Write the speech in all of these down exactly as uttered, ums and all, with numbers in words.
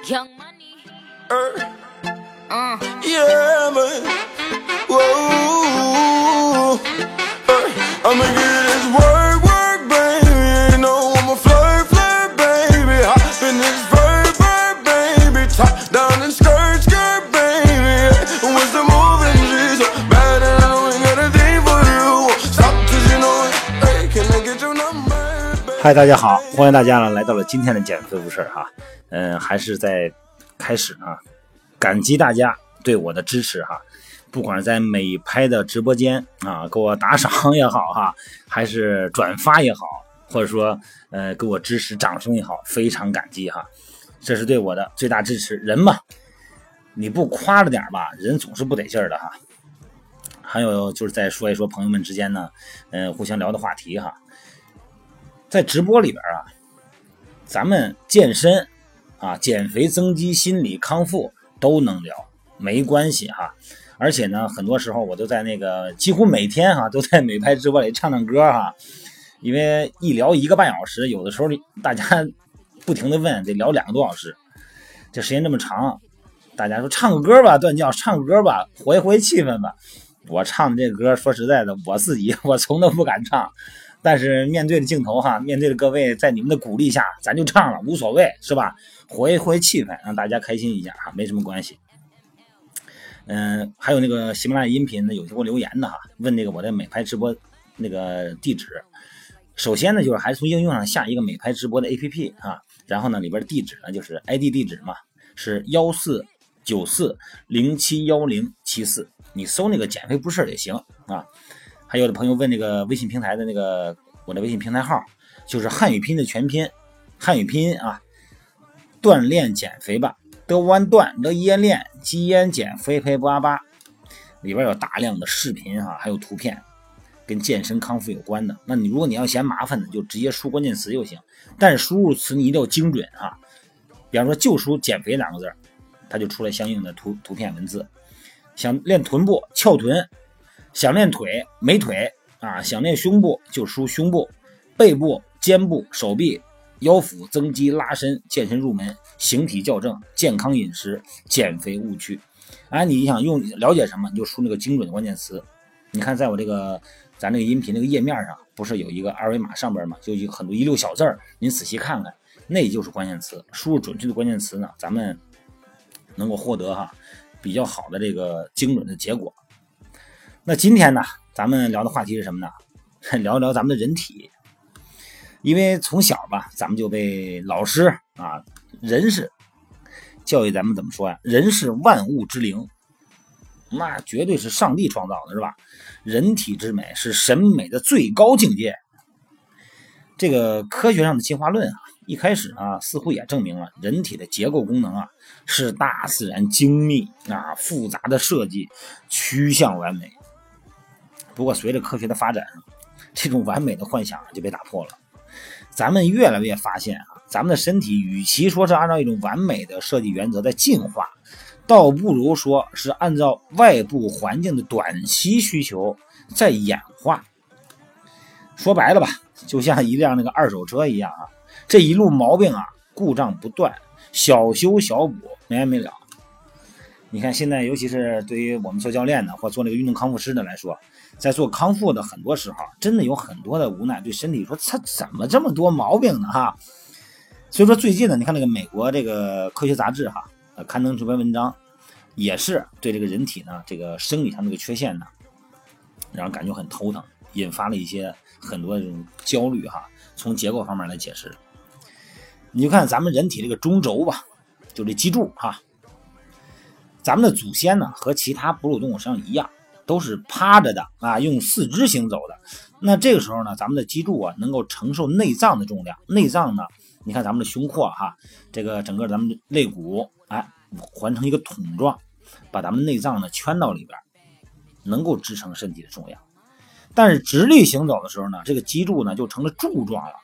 Young Money. Uh, Uh. yeah, man. Whoa. Uh, I'ma get this work, work, baby. You know I'm a flirt, flirt, baby. Hop in this bird, bird, baby. Top down and skirt, skirt, baby. What's the moving G's? Bad and I don't got a thing for you. Stop 'cause you know it. Hey, can I get your number? 嗨，大家好，欢迎大家呢来到了今天的减肥无事哈。嗯，还是在开始啊，感激大家对我的支持哈。不管是在美拍的直播间啊，给我打赏也好哈，还是转发也好，或者说呃给我支持掌声也好，非常感激哈。这是对我的最大支持。人嘛，你不夸着点吧，人总是不得劲儿的哈。还有就是再说一说朋友们之间呢，呃互相聊的话题哈。在直播里边啊，咱们健身啊、减肥、增肌、心理康复都能聊，没关系哈。而且呢，很多时候我都在那个几乎每天哈都在美拍直播里唱唱歌哈，因为一聊一个半小时，有的时候大家不停的问，得聊两个多小时，这时间这么长，大家说唱个歌吧，段教唱个歌吧，活跃活跃气氛吧。我唱的这个歌，说实在的，我自己我从都不敢唱。但是面对着镜头哈，面对着各位，在你们的鼓励下，咱就唱了，无所谓，是吧？活跃活跃气氛，让大家开心一下哈，没什么关系。嗯、呃，还有那个喜马拉雅音频呢，有给我留言的哈，问那个我的美拍直播那个地址。首先呢，就是还是从应用上下一个美拍直播的 A P P 啊，然后呢里边的地址呢就是 I D 地址嘛，是一四九四零七一零七四，你搜那个减肥不是也行啊。还有的朋友问那个微信平台的那个我的微信平台号，就是汉语拼的全拼，汉语拼音啊，锻炼减肥吧，德弯锻德烟练基烟减肥肥八八，里边有大量的视频啊，还有图片，跟健身康复有关的。那你如果你要嫌麻烦呢，就直接输关键词就行，但是输入词你一定要精准啊。比方说就输减肥两个字，它就出来相应的图图片文字。想练臀部翘臀，想练腿美腿啊，想练胸部就输胸部，背部、肩部、手臂、腰腹增肌拉伸、健身入门、形体校正、健康饮食、减肥误区。啊，你想用了解什么，你就输那个精准的关键词。你看，在我这个咱这个音频这个页面上，不是有一个二维码上边嘛，就有很多一溜小字儿，您仔细看看，那就是关键词。输入准确的关键词呢，咱们能够获得哈比较好的这个精准的结果。那今天呢，咱们聊的话题是什么呢？聊一聊咱们的人体。因为从小吧，咱们就被老师啊、人是教育咱们怎么说呀？人是万物之灵，那绝对是上帝创造的，是吧？人体之美是审美的最高境界。这个科学上的进化论啊，一开始啊，似乎也证明了人体的结构功能啊，是大自然精密啊复杂的设计，趋向完美。不过随着科学的发展，这种完美的幻想就被打破了。咱们越来越发现啊，咱们的身体与其说是按照一种完美的设计原则在进化，倒不如说是按照外部环境的短期需求在演化。说白了吧，就像一辆那个二手车一样啊，这一路毛病啊，故障不断，小修小补，没完没了。你看现在尤其是对于我们做教练的或做那个运动康复师的来说，在做康复的很多时候真的有很多的无奈，对身体说他怎么这么多毛病呢哈。所以说最近呢，你看那个美国这个科学杂志哈刊登这篇文章，也是对这个人体呢这个生理上这个缺陷呢让人感觉很头疼，引发了一些很多这种焦虑哈。从结构方面来解释，你就看咱们人体这个中轴吧，就这脊柱哈，咱们的祖先呢和其他哺乳动物实际上一样，都是趴着的啊，用四肢行走的。那这个时候呢，咱们的脊柱啊能够承受内脏的重量。内脏呢，你看咱们的胸廓哈，这个整个咱们肋骨哎环成一个桶状，把咱们内脏呢圈到里边，能够支撑身体的重量。但是直立行走的时候呢，这个脊柱呢就成了柱状了。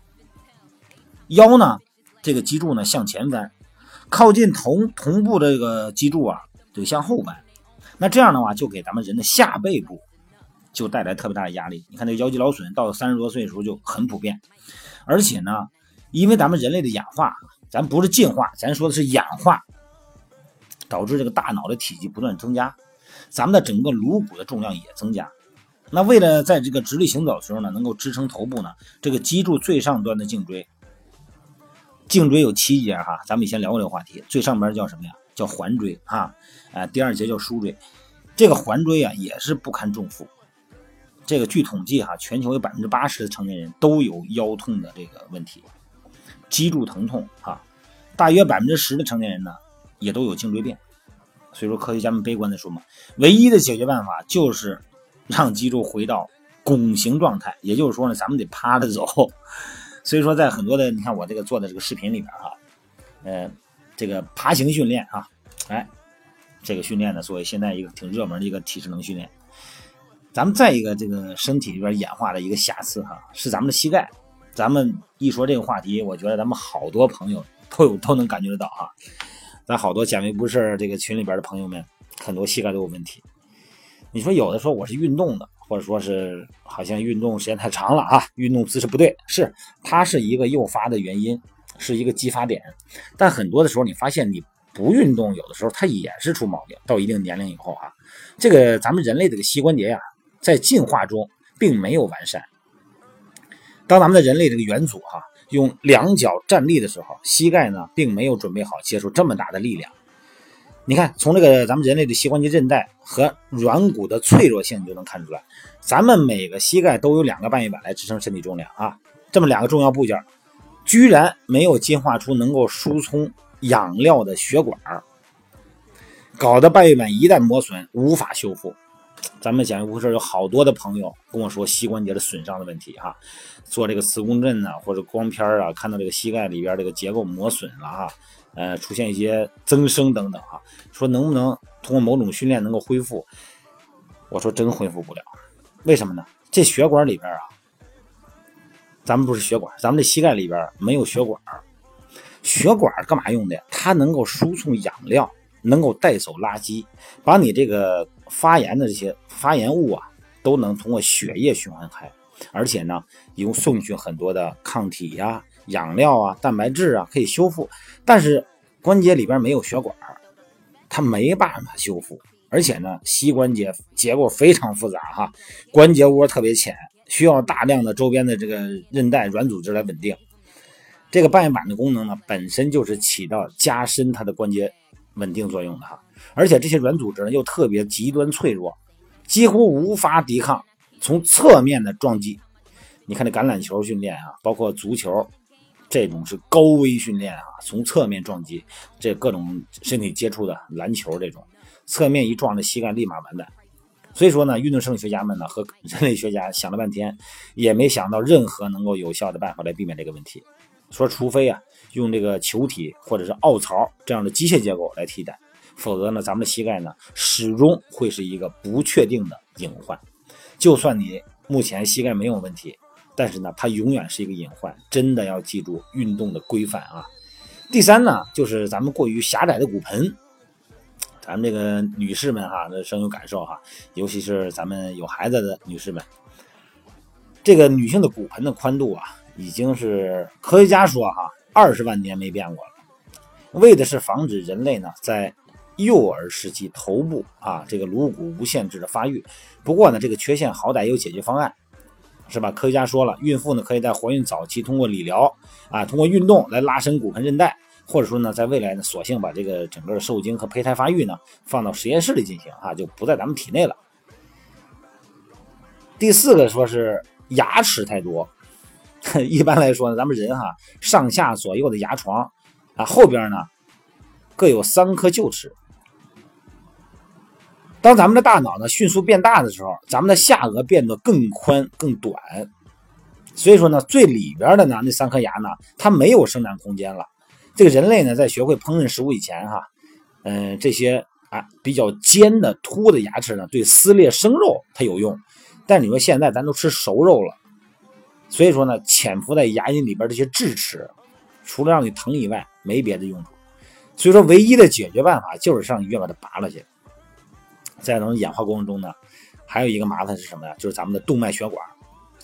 腰呢，这个脊柱呢向前弯，靠近同同步的这个脊柱啊就向后弯。那这样的话就给咱们人的下背部就带来特别大的压力。你看这个腰肌劳损到三十多岁的时候就很普遍。而且呢，因为咱们人类的演化咱不是进化，咱说的是氧化，导致这个大脑的体积不断增加，咱们的整个颅骨的重量也增加。那为了在这个直立行走的时候呢，能够支撑头部呢，这个脊柱最上端的颈椎，颈椎有七节哈，咱们以前聊过这个话题，最上边叫什么呀？叫环椎啊，呃，第二节叫枢椎。这个环椎啊也是不堪重负。这个据统计哈，全球有百分之八十的成年人都有腰痛的这个问题，脊柱疼痛哈，大约百分之十的成年人呢也都有颈椎病。所以说科学家们悲观的说嘛，唯一的解决办法就是让脊柱回到拱形状态，也就是说呢，咱们得趴着走。所以说在很多的你看我这个做的这个视频里边哈，呃，这个爬行训练啊，哎，这个训练呢，作为现在一个挺热门的一个体适能训练。咱们再一个这个身体里边演化的一个瑕疵哈，是咱们的膝盖。咱们一说这个话题，我觉得咱们好多朋友都有都能感觉得到哈。咱好多减肥不是这个群里边的朋友们，很多膝盖都有问题。你说有的说我是运动的，或者说是好像运动时间太长了啊，运动姿势不对，是它是一个诱发的原因，是一个激发点。但很多的时候你发现你不运动，有的时候它也是出毛病。到一定年龄以后哈，这个咱们人类这个膝关节呀，在进化中并没有完善。当咱们的人类这个元祖哈用两脚站立的时候，膝盖呢并没有准备好接受这么大的力量。你看从这个咱们人类的膝关节韧带和软骨的脆弱性你就能看出来，咱们每个膝盖都有两个半月板来支撑身体重量啊，这么两个重要部件居然没有进化出能够输送养料的血管，搞得半月板一旦磨损无法修复。咱们减肥不是有好多的朋友跟我说膝关节的损伤的问题哈，做这个磁共振啊或者光片啊，看到这个膝盖里边这个结构磨损了哈，呃，出现一些增生等等哈，说能不能通过某种训练能够恢复？我说真恢复不了，为什么呢？这血管里边啊，咱们不是血管，咱们这膝盖里边没有血管，血管干嘛用的呀？它能够输送养料，能够带走垃圾，把你这个发炎的这些发炎物啊，都能通过血液循环开，而且呢，用送去很多的抗体呀、啊、养料啊、蛋白质啊，可以修复。但是关节里边没有血管，它没办法修复。而且呢，膝关节结构非常复杂哈，关节窝特别浅，需要大量的周边的这个韧带软组织来稳定。这个半月板的功能呢，本身就是起到加深它的关节稳定作用的哈，而且这些软组织呢又特别极端脆弱，几乎无法抵抗从侧面的撞击。你看这橄榄球训练啊，包括足球，这种是高危训练啊，从侧面撞击，这各种身体接触的篮球这种，侧面一撞，这膝盖立马完蛋。所以说呢，运动生理学家们呢和人类学家想了半天，也没想到任何能够有效的办法来避免这个问题。说除非啊用这个球体或者是凹槽这样的机械结构来替代，否则呢咱们的膝盖呢始终会是一个不确定的隐患。就算你目前膝盖没有问题，但是呢它永远是一个隐患，真的要记住运动的规范啊。第三呢就是咱们过于狭窄的骨盆，咱们这个女士们哈深有感受哈，尤其是咱们有孩子的女士们，这个女性的骨盆的宽度啊已经是科学家说哈二十万年没变过了，为的是防止人类呢在幼儿时期头部啊这个颅骨无限制的发育。不过呢这个缺陷好歹有解决方案，是吧？科学家说了，孕妇呢可以在怀孕早期通过理疗啊，通过运动来拉伸骨盆韧带，或者说呢在未来呢索性把这个整个受精和胚胎发育呢放到实验室里进行啊，就不在咱们体内了。第四个说是牙齿太多，一般来说呢，咱们人哈上下左右的牙床啊后边呢各有三颗臼齿。当咱们的大脑呢迅速变大的时候，咱们的下颚变得更宽更短，所以说呢最里边的呢那三颗牙呢它没有生长空间了。这个人类呢在学会烹饪食物以前哈，嗯、呃、这些啊比较尖的凸的牙齿呢对撕裂生肉它有用，但你说现在咱都吃熟肉了，所以说呢潜伏在牙龈里边这些智齿除了让你疼以外没别的用处。所以说唯一的解决办法就是上医院把它拔了去。在咱们演化过程中呢还有一个麻烦是什么呀？就是咱们的动脉血管，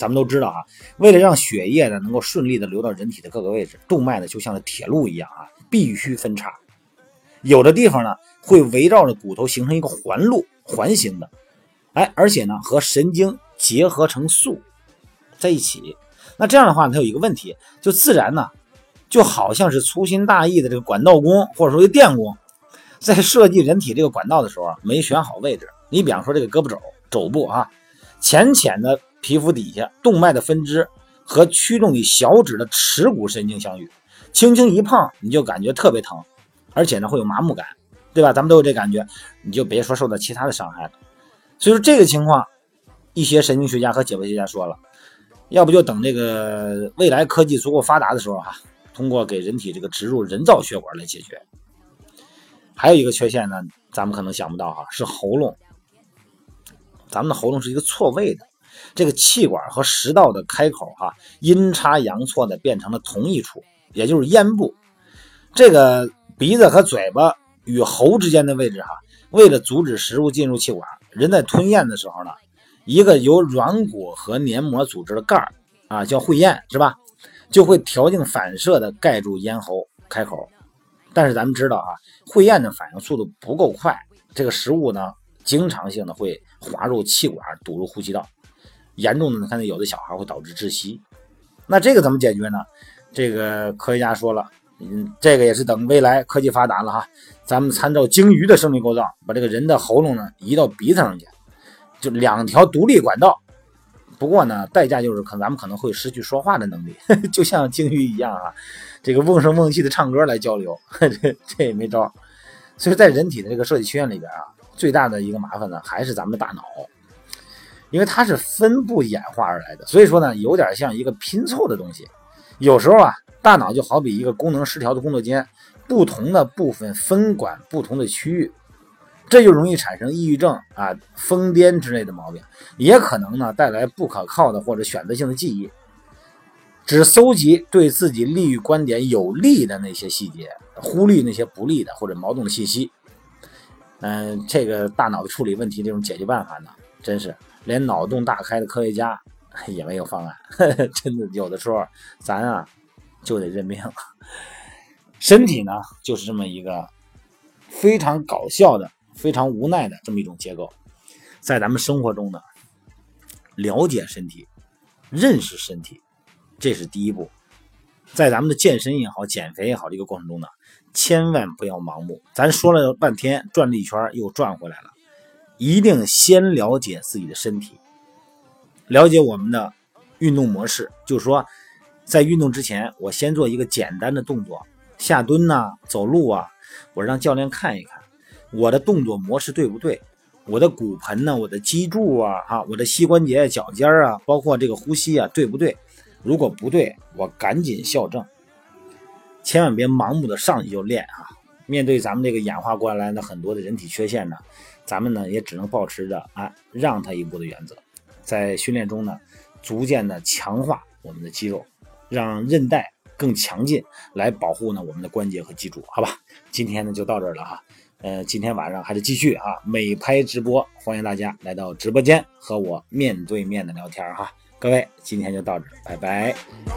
咱们都知道啊，为了让血液呢能够顺利的流到人体的各个位置，动脉呢就像是铁路一样啊，必须分叉。有的地方呢会围绕着骨头形成一个环路，环形的，哎，而且呢和神经结合成束在一起。那这样的话它有一个问题，就自然呢就好像是粗心大意的这个管道工或者说电工，在设计人体这个管道的时候啊，没选好位置。你比方说这个胳膊肘肘部啊，浅浅的皮肤底下动脉的分支和驱动你小指的尺骨神经相遇，轻轻一碰你就感觉特别疼，而且呢会有麻木感，对吧？咱们都有这感觉，你就别说受到其他的伤害了。所以说这个情况，一些神经学家和解剖学家说了，要不就等这个未来科技足够发达的时候啊，通过给人体这个植入人造血管来解决。还有一个缺陷呢，咱们可能想不到哈，是喉咙。咱们的喉咙是一个错位的，这个气管和食道的开口哈，阴差阳错的变成了同一处，也就是咽部。这个鼻子和嘴巴与喉之间的位置哈，为了阻止食物进入气管，人在吞咽的时候呢，一个由软骨和黏膜组织的盖儿啊，叫会咽是吧，就会条件反射的盖住咽喉开口。但是咱们知道啊，会咽的反应速度不够快，这个食物呢经常性的会滑入气管，堵入呼吸道，严重的呢看见有的小孩会导致窒息。那这个怎么解决呢？这个科学家说了，嗯，这个也是等未来科技发达了哈，咱们参照鲸鱼的生理构造，把这个人的喉咙呢移到鼻子上去，就两条独立管道。不过呢，代价就是可咱们可能会失去说话的能力，呵呵，就像鲸鱼一样啊，这个瓮声瓮气的唱歌来交流，呵呵，这这也没招。所以在人体的这个设计缺陷里边啊，最大的一个麻烦呢，还是咱们的大脑，因为它是分布演化而来的，所以说呢，有点像一个拼凑的东西。有时候啊，大脑就好比一个功能失调的工作间，不同的部分分管不同的区域，这就容易产生抑郁症啊、疯癫之类的毛病，也可能呢带来不可靠的或者选择性的记忆，只搜集对自己利益观点有利的那些细节，忽略那些不利的或者矛盾的信息。嗯、呃，这个大脑的处理问题这种解决办法呢，真是连脑洞大开的科学家也没有方案，呵呵，真的有的时候咱啊就得认命。身体呢就是这么一个非常搞笑的、非常无奈的这么一种结构。在咱们生活中呢，了解身体、认识身体，这是第一步。在咱们的健身也好、减肥也好这个过程中呢，千万不要盲目。咱说了半天，转了一圈又转回来了，一定先了解自己的身体，了解我们的运动模式。就是说，在运动之前，我先做一个简单的动作，下蹲呐、啊、走路啊，我让教练看一看我的动作模式对不对，我的骨盆呢、我的脊柱啊、啊我的膝关节、脚尖啊，包括这个呼吸啊，对不对？如果不对，我赶紧校正，千万别盲目的上去就练啊！面对咱们这个演化过来的很多的人体缺陷呢，咱们呢也只能保持着啊让他一步的原则，在训练中呢逐渐的强化我们的肌肉，让韧带更强劲，来保护呢我们的关节和脊柱，好吧？今天呢就到这儿了哈，呃，今天晚上还是继续啊美拍直播，欢迎大家来到直播间和我面对面的聊天哈。各位，今天就到这儿，拜拜。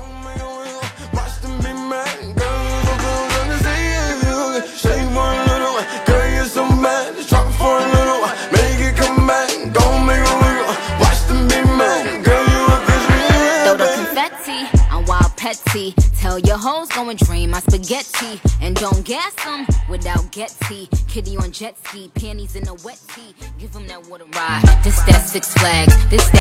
Tell your hoes go and drain my spaghetti and don't gas them without get tea. Kitty on jet ski, panties in a wet tee. Give them that water ride. This that Six Flags. This that